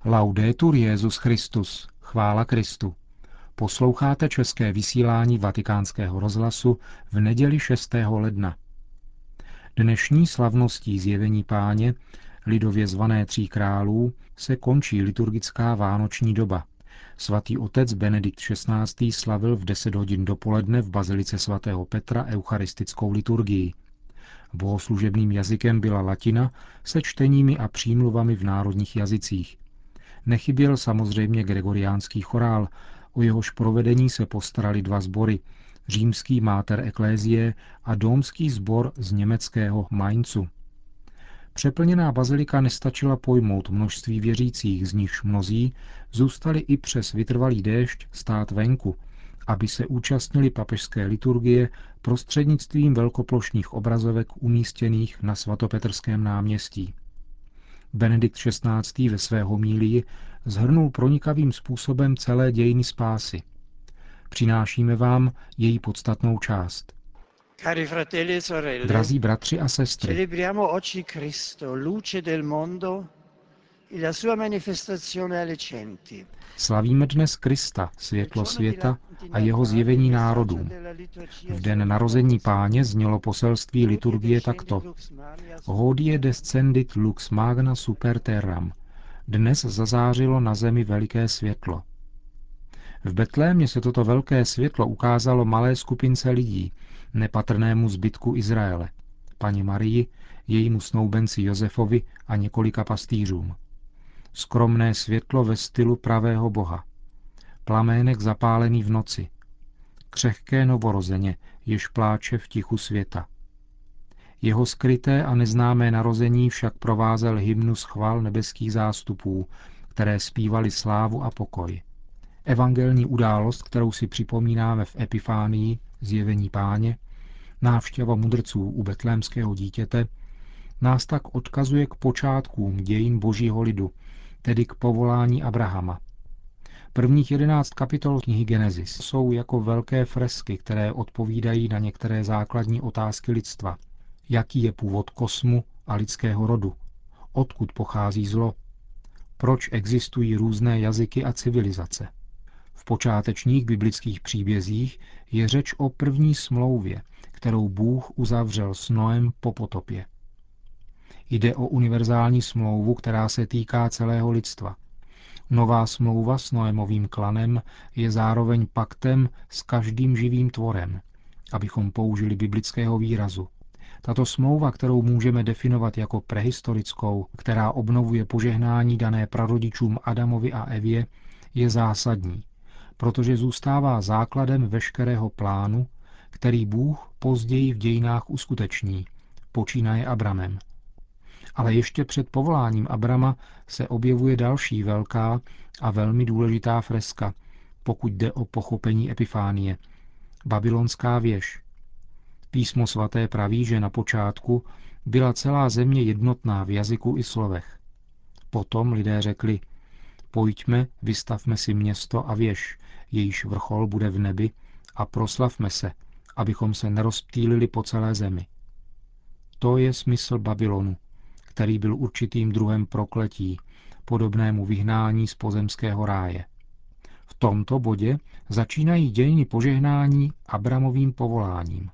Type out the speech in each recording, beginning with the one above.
Laudetur Jesus Christus, chvála Kristu. Posloucháte české vysílání Vatikánského rozhlasu v neděli 6. ledna. Dnešní slavností zjevení Páně, lidově zvané Tří králů, se končí liturgická vánoční doba. Svatý otec Benedikt XVI. Slavil v 10 hodin dopoledne v bazilice svatého Petra eucharistickou liturgii. Bohoslužebným jazykem byla latina se čteními a přímluvami v národních jazycích. Nechyběl samozřejmě gregoriánský chorál, o jehož provedení se postarali dva sbory, římský Mater Ecclesiae a dómský sbor z německého Mainzu. Přeplněná bazilika nestačila pojmout množství věřících, z nichž mnozí zůstali i přes vytrvalý déšť stát venku, aby se účastnili papežské liturgie prostřednictvím velkoplošných obrazovek umístěných na svatopetrském náměstí. Benedikt XVI. Ve své homílii shrnul pronikavým způsobem celé dějiny spásy. Přinášíme vám její podstatnou část. Cari fratelli e sorelle, Drazí bratři a sestry, celebriamo oggi Cristo, luce del mondo, e la sua manifestazione alle genti. slavíme dnes Krista, světlo světa a jeho zjevení národům. V den narození Páně znělo poselství liturgie takto. Hodie descendit lux magna super terram. Dnes zazářilo na zemi veliké světlo. V Betlémě se toto velké světlo ukázalo malé skupince lidí, nepatrnému zbytku Izraele, Panně Marii, jejímu snoubenci Josefovi a několika pastýřům. Skromné světlo ve stylu pravého Boha. Plamének zapálený v noci. Křehké novorozeně, jež pláče v tichu světa. Jeho skryté a neznámé narození však provázel hymnus chval nebeských zástupů, které zpívaly slávu a pokoj. Evangelní událost, kterou si připomínáme v Epifánii, zjevení Páně, návštěva mudrců u betlémského dítěte, nás tak odkazuje k počátkům dějin božího lidu, tedy k povolání Abrahama. Prvních 11 kapitol knihy Genesis jsou jako velké fresky, které odpovídají na některé základní otázky lidstva. Jaký je původ kosmu a lidského rodu? Odkud pochází zlo? Proč existují různé jazyky a civilizace? V počátečních biblických příbězích je řeč o první smlouvě, kterou Bůh uzavřel s Noem po potopě. Jde o univerzální smlouvu, která se týká celého lidstva. Nová smlouva s Noemovým klanem je zároveň paktem s každým živým tvorem, abychom použili biblického výrazu. Tato smlouva, kterou můžeme definovat jako prehistorickou, která obnovuje požehnání dané prarodičům Adamovi a Evě, je zásadní, protože zůstává základem veškerého plánu, který Bůh později v dějinách uskuteční, počínaje Abramem. Ale ještě před povoláním Abrama se objevuje další velká a velmi důležitá freska, pokud jde o pochopení Epifánie. Babylonská věž. Písmo svaté praví, že na počátku byla celá země jednotná v jazyku i slovech. Potom lidé řekli, pojďme, vystavme si město a věž, jejíž vrchol bude v nebi, a proslavme se, abychom se nerozptýlili po celé zemi. To je smysl Babylonu, který byl určitým druhem prokletí, podobnému vyhnání z pozemského ráje. V tomto bodě začínají dějiny požehnání Abramovým povoláním.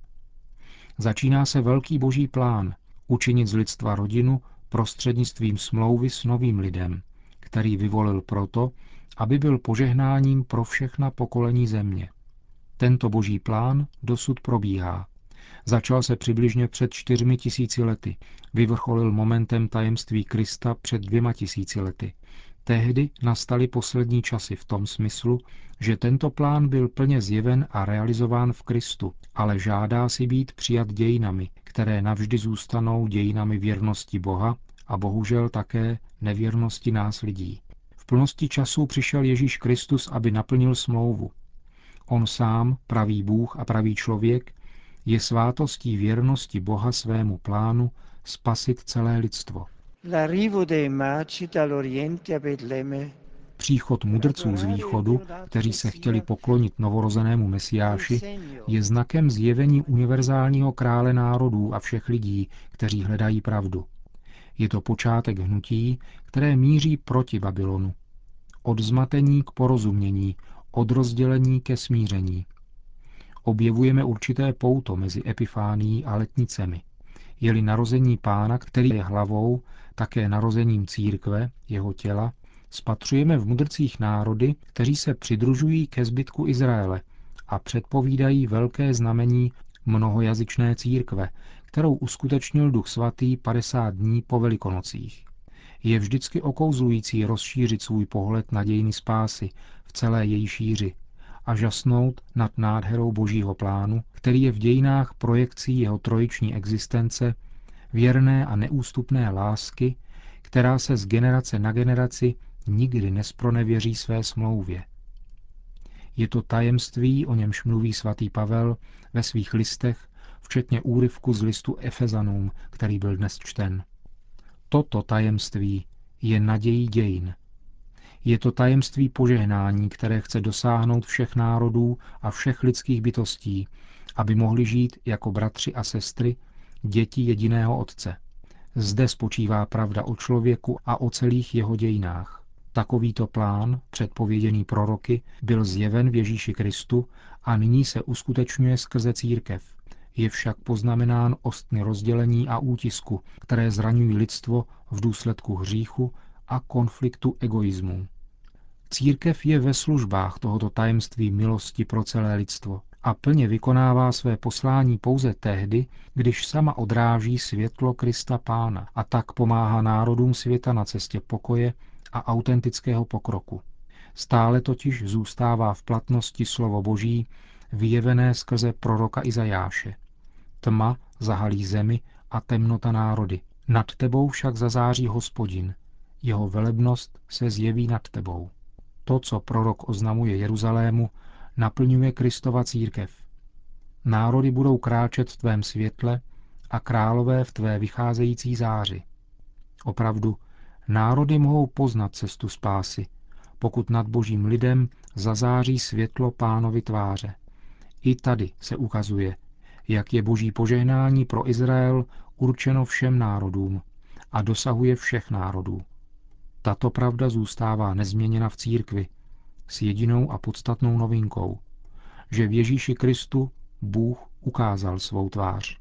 Začíná se velký boží plán učinit z lidstva rodinu prostřednictvím smlouvy s novým lidem, který vyvolil proto, aby byl požehnáním pro všechna pokolení země. Tento boží plán dosud probíhá. Začal se přibližně před 4000 lety, vyvrcholil momentem tajemství Krista před 2000 lety. Tehdy nastaly poslední časy v tom smyslu, že tento plán byl plně zjeven a realizován v Kristu, ale žádá si být přijat dějinami, které navždy zůstanou dějinami věrnosti Boha a bohužel také nevěrnosti nás lidí. V plnosti času přišel Ježíš Kristus, aby naplnil smlouvu. On sám, pravý Bůh a pravý člověk, je svátostí věrnosti Boha svému plánu spasit celé lidstvo. Příchod mudrců z východu, kteří se chtěli poklonit novorozenému Mesiáši, je znakem zjevení univerzálního krále národů a všech lidí, kteří hledají pravdu. Je to počátek hnutí, které míří proti Babylonu, od zmatení k porozumění, od rozdělení ke smíření. Objevujeme určité pouto mezi Epifánií a letnicemi. Je-li narození Pána, který je hlavou, také narozením církve, jeho těla, spatřujeme v mudrcích národy, kteří se přidružují ke zbytku Izraele a předpovídají velké znamení mnohojazyčné církve, kterou uskutečnil Duch Svatý 50 dní po Velikonocích. Je vždycky okouzlující rozšířit svůj pohled na dějiny spásy v celé její šíři a žasnout nad nádherou Božího plánu, který je v dějinách projekcí jeho trojiční existence, věrné a neústupné lásky, která se z generace na generaci nikdy nespronevěří své smlouvě. Je to tajemství, o němž mluví svatý Pavel ve svých listech, včetně úryvku z listu Efezanům, který byl dnes čten. Toto tajemství je nadějí dějin. Je to tajemství požehnání, které chce dosáhnout všech národů a všech lidských bytostí, aby mohli žít jako bratři a sestry, děti jediného Otce. Zde spočívá pravda o člověku a o celých jeho dějinách. Takovýto plán, předpověděný proroky, byl zjeven v Ježíši Kristu a nyní se uskutečňuje skrze církev. Je však poznamenán ostny rozdělení a útisku, které zraňují lidstvo v důsledku hříchu a konfliktu egoismů. Církev je ve službách tohoto tajemství milosti pro celé lidstvo a plně vykonává své poslání pouze tehdy, když sama odráží světlo Krista Pána a tak pomáhá národům světa na cestě pokoje a autentického pokroku. Stále totiž zůstává v platnosti slovo Boží, vyjevené skrze proroka Izajáše. Tma zahalí zemi a temnota národy. Nad tebou však zazáří Hospodin. Jeho velebnost se zjeví nad tebou. To, co prorok oznamuje Jeruzalému, naplňuje Kristova církev. Národy budou kráčet v tvém světle a králové v tvé vycházející záři. Opravdu, národy mohou poznat cestu spásy, pokud nad božím lidem zazáří světlo Pánovy tváře. I tady se ukazuje, jak je boží požehnání pro Izrael určeno všem národům a dosahuje všech národů. Tato pravda zůstává nezměněna v církvi s jedinou a podstatnou novinkou, že v Ježíši Kristu Bůh ukázal svou tvář.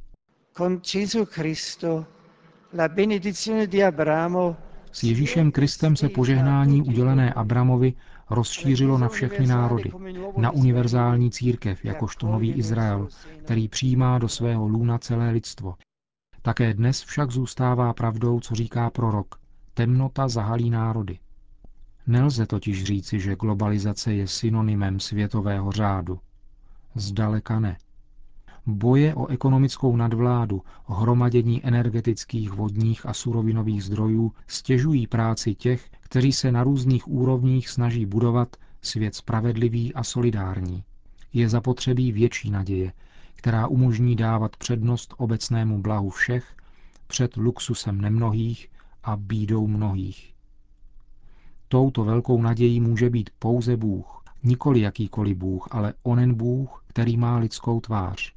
S Ježíšem Kristem se požehnání udělené Abramovi rozšířilo na všechny národy, na univerzální církev, jakožto nový Izrael, který přijímá do svého lůna celé lidstvo. Také dnes však zůstává pravdou, co říká prorok. Temnota zahalí národy. Nelze totiž říci, že globalizace je synonymem světového řádu. Zdaleka ne. Boje o ekonomickou nadvládu, hromadění energetických, vodních a surovinových zdrojů stěžují práci těch, kteří se na různých úrovních snaží budovat svět spravedlivý a solidární. Je zapotřebí větší naděje, která umožní dávat přednost obecnému blahu všech před luxusem nemnohých a bídou mnohých. Touto velkou nadějí může být pouze Bůh, nikoli jakýkoliv Bůh, ale onen Bůh, který má lidskou tvář.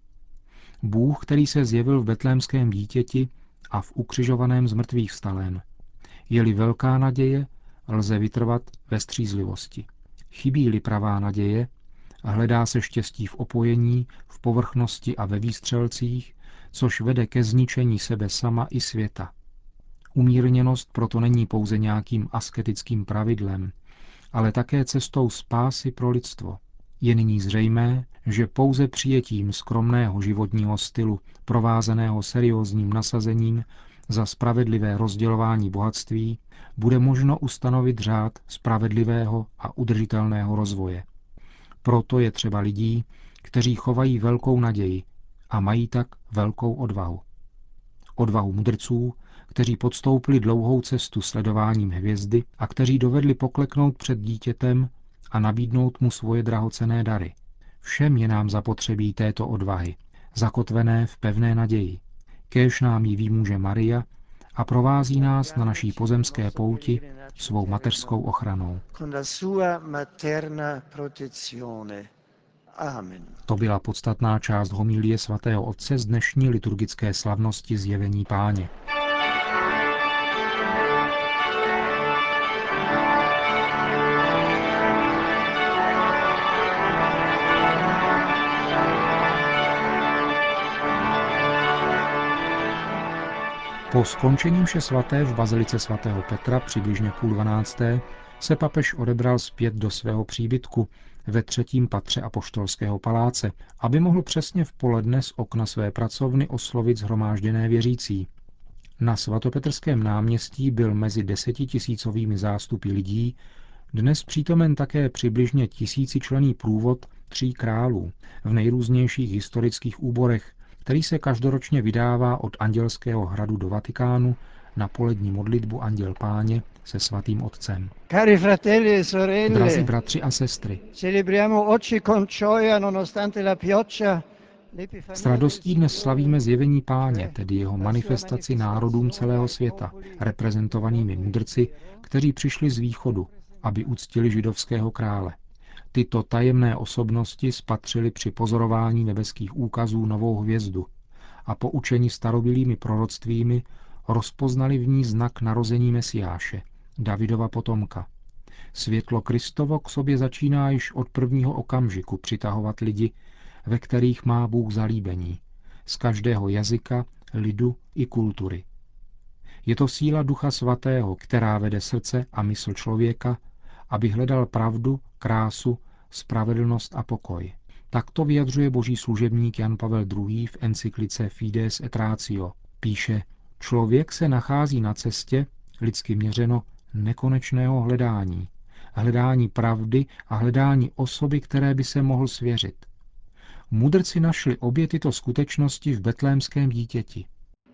Bůh, který se zjevil v betlémském dítěti a v ukřižovaném zmrtvých vstalém. Je-li velká naděje, lze vytrvat ve střízlivosti. Chybí-li pravá naděje, hledá se štěstí v opojení, v povrchnosti a ve výstřelcích, což vede ke zničení sebe sama i světa. Umírněnost proto není pouze nějakým asketickým pravidlem, ale také cestou spásy pro lidstvo. Je nyní zřejmé, že pouze přijetím skromného životního stylu, provázeného seriózním nasazením za spravedlivé rozdělování bohatství, bude možno ustanovit řád spravedlivého a udržitelného rozvoje. Proto je třeba lidí, kteří chovají velkou naději a mají tak velkou odvahu. Odvahu mudrců, kteří podstoupili dlouhou cestu sledováním hvězdy a kteří dovedli pokleknout před dítětem a nabídnout mu svoje drahocenné dary. Všem je nám zapotřebí této odvahy, zakotvené v pevné naději. Kéž nám ji výmůže Maria a provází nás na naší pozemské pouti svou mateřskou ochranou. Amen. To byla podstatná část homilie svatého otce z dnešní liturgické slavnosti Zjevení Páně. Po skončení mše svaté v bazilice svatého Petra přibližně 11:30 se papež odebral zpět do svého příbytku ve 3. patře Apoštolského paláce, aby mohl přesně v poledne z okna své pracovny oslovit shromážděné věřící. Na svatopetrském náměstí byl mezi 10 000 zástupy lidí dnes přítomen také přibližně 1000členný průvod 3 králů v nejrůznějších historických úborech, který se každoročně vydává od Andělského hradu do Vatikánu na polední modlitbu Anděl Páně se svatým otcem. Cari fratelli e Drazí sorelle, bratři a sestry, celebriamo oggi con gioia nonostante la pioggia. s radostí dnes slavíme zjevení Páně, tedy jeho manifestaci národům celého světa, reprezentovanými mudrci, kteří přišli z východu, aby uctili židovského krále. Tyto tajemné osobnosti spatřili při pozorování nebeských úkazů novou hvězdu a poučeni starobylými proroctvími rozpoznali v ní znak narození Mesiáše, Davidova potomka. Světlo Kristovo k sobě začíná již od prvního okamžiku přitahovat lidi, ve kterých má Bůh zalíbení, z každého jazyka, lidu i kultury. Je to síla Ducha Svatého, která vede srdce a mysl člověka, aby hledal pravdu, krásu, spravedlnost a pokoj. Tak to vyjadřuje boží služebník Jan Pavel II. V encyklice Fides et Ratio. Píše, člověk se nachází na cestě, lidsky měřeno, nekonečného hledání. Hledání pravdy a hledání osoby, které by se mohl svěřit. Mudrci našli obě tyto skutečnosti v betlémském dítěti.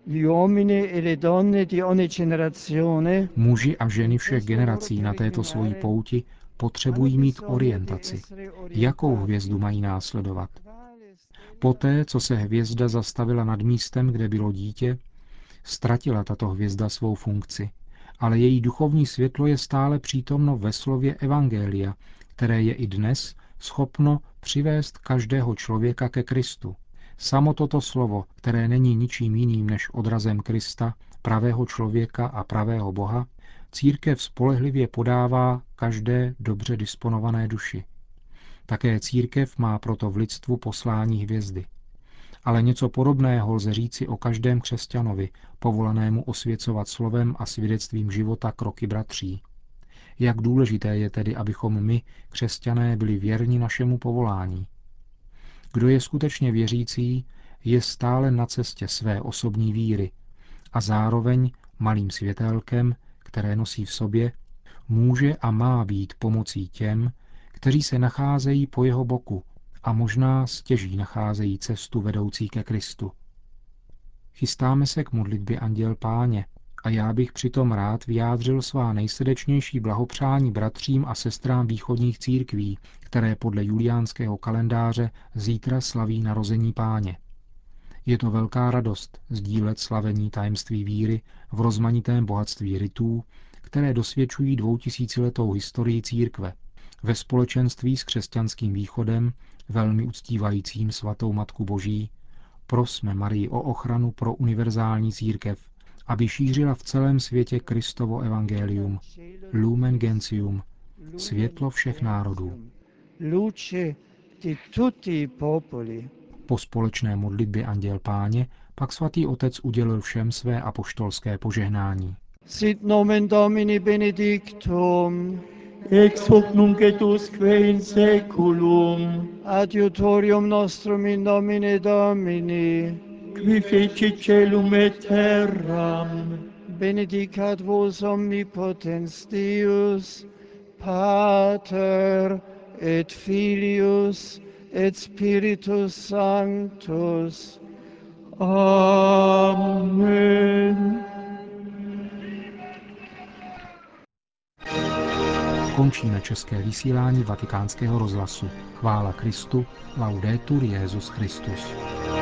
Muži a ženy všech generací na této svojí pouti potřebují mít orientaci. Jakou hvězdu mají následovat? Poté, co se hvězda zastavila nad místem, kde bylo dítě, ztratila tato hvězda svou funkci, ale její duchovní světlo je stále přítomno ve slově Evangelia, které je i dnes schopno přivést každého člověka ke Kristu. Samo toto slovo, které není ničím jiným než odrazem Krista, pravého člověka a pravého Boha, církev spolehlivě podává každé dobře disponované duši. Také církev má proto v lidstvu poslání hvězdy. Ale něco podobného lze říci o každém křesťanovi, povolanému osvěcovat slovem a svědectvím života kroky bratří. Jak důležité je tedy, abychom my, křesťané, byli věrni našemu povolání. Kdo je skutečně věřící, je stále na cestě své osobní víry a zároveň malým světélkem, které nosí v sobě, může a má být pomocí těm, kteří se nacházejí po jeho boku a možná stěží nacházejí cestu vedoucí ke Kristu. Chystáme se k modlitbě Anděl Páně a já bych přitom rád vyjádřil svá nejsrdečnější blahopřání bratřím a sestrám východních církví, které podle juliánského kalendáře zítra slaví narození Páně. Je to velká radost sdílet slavení tajemství víry v rozmanitém bohatství rytů, které dosvědčují 2000letou historii církve, ve společenství s křesťanským východem, velmi uctívajícím svatou Matku Boží. Prosme Marii o ochranu pro univerzální církev, aby šířila v celém světě Kristovo evangelium, Lumen Gentium, světlo všech národů. Po společné modlitbě Anděl Páně pak svatý otec udělil všem své apoštolské požehnání. Sit nomen Domini benedictum, ex hoc nunc et usque in saeculum, adiutorium nostrum in nomine Domini, qui fecit celum et terram, benedicat vos omnipotens Deus, Pater et Filius et Spiritus Sanctus. Amen. Končíme české vysílání Vatikánského rozhlasu. Chvála Kristu, laudetur Jesus Christus.